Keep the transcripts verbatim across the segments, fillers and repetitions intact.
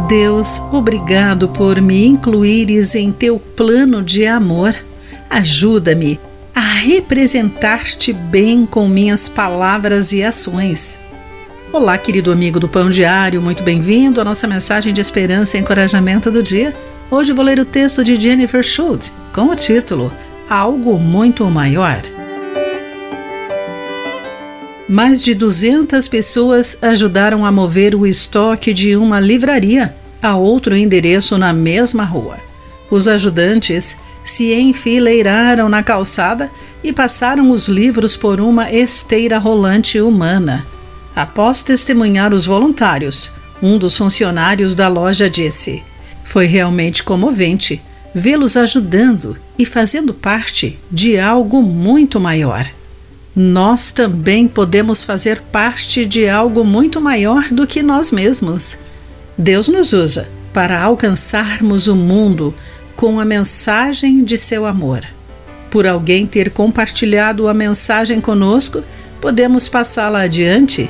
Deus, obrigado por me incluires em teu plano de amor. Ajuda-me a representar-te bem com minhas palavras e ações. Olá, querido amigo do Pão Diário, muito bem-vindo à nossa mensagem de esperança e encorajamento do dia. Hoje vou ler o texto de Jennifer Schultz com o título Algo Muito Maior. Mais de duzentas pessoas ajudaram a mover o estoque de uma livraria a outro endereço na mesma rua. Os ajudantes se enfileiraram na calçada e passaram os livros por uma esteira rolante humana. Após testemunhar os voluntários, um dos funcionários da loja disse: "Foi realmente comovente vê-los ajudando e fazendo parte de algo muito maior." Nós também podemos fazer parte de algo muito maior do que nós mesmos. Deus nos usa para alcançarmos o mundo com a mensagem de seu amor. Por alguém ter compartilhado a mensagem conosco, podemos passá-la adiante.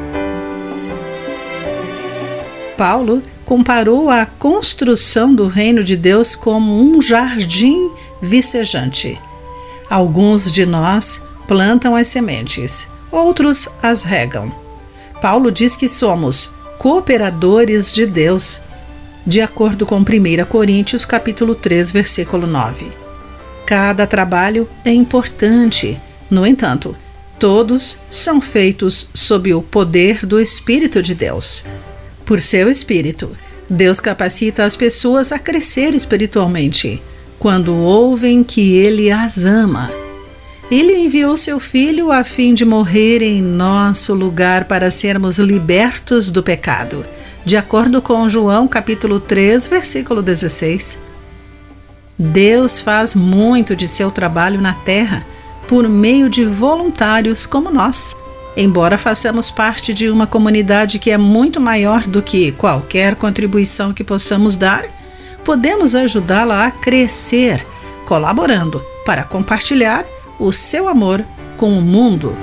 Paulo comparou a construção do reino de Deus como um jardim vicejante. Alguns de nós plantam as sementes, outros as regam. Paulo diz que somos cooperadores de Deus, de acordo com primeira Coríntios capítulo três, versículo nove. Cada trabalho é importante, no entanto, todos são feitos sob o poder do Espírito de Deus. Por seu Espírito, Deus capacita as pessoas a crescer espiritualmente, quando ouvem que Ele as ama. Ele enviou seu Filho a fim de morrer em nosso lugar para sermos libertos do pecado, de acordo com João capítulo três, versículo dezesseis. Deus faz muito de seu trabalho na terra por meio de voluntários como nós. Embora façamos parte de uma comunidade que é muito maior do que qualquer contribuição que possamos dar, podemos ajudá-la a crescer, colaborando para compartilhar o seu amor com o mundo.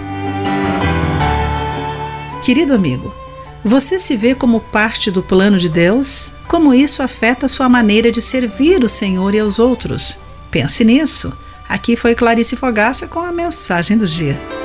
Querido amigo, você se vê como parte do plano de Deus? Como isso afeta sua maneira de servir o Senhor e aos outros? Pense nisso. Aqui foi Clarice Fogaça com a mensagem do dia.